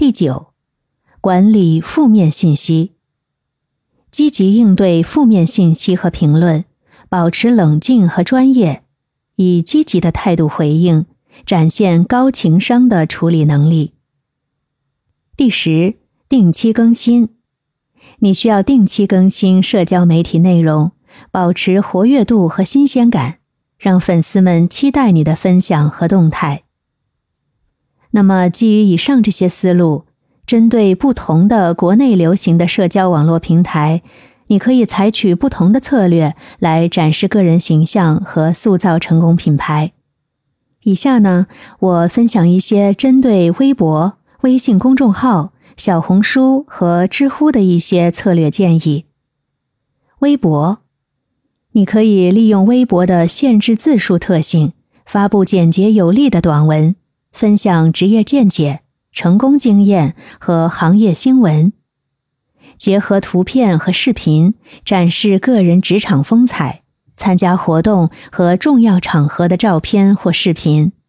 第9，管理负面信息。积极应对负面信息和评论，保持冷静和专业，以积极的态度回应，展现高情商的处理能力。第10，定期更新。你需要定期更新社交媒体内容，保持活跃度和新鲜感，让粉丝们期待你的分享和动态。那么基于以上这些思路，针对不同的国内流行的社交网络平台，你可以采取不同的策略来展示个人形象和塑造成功品牌。以下呢，我分享一些针对微博、微信公众号、小红书和知乎的一些策略建议。微博，你可以利用微博的限制字数特性，发布简洁有力的短文，分享职业见解、成功经验和行业新闻，结合图片和视频，展示个人职场风采，参加活动和重要场合的照片或视频，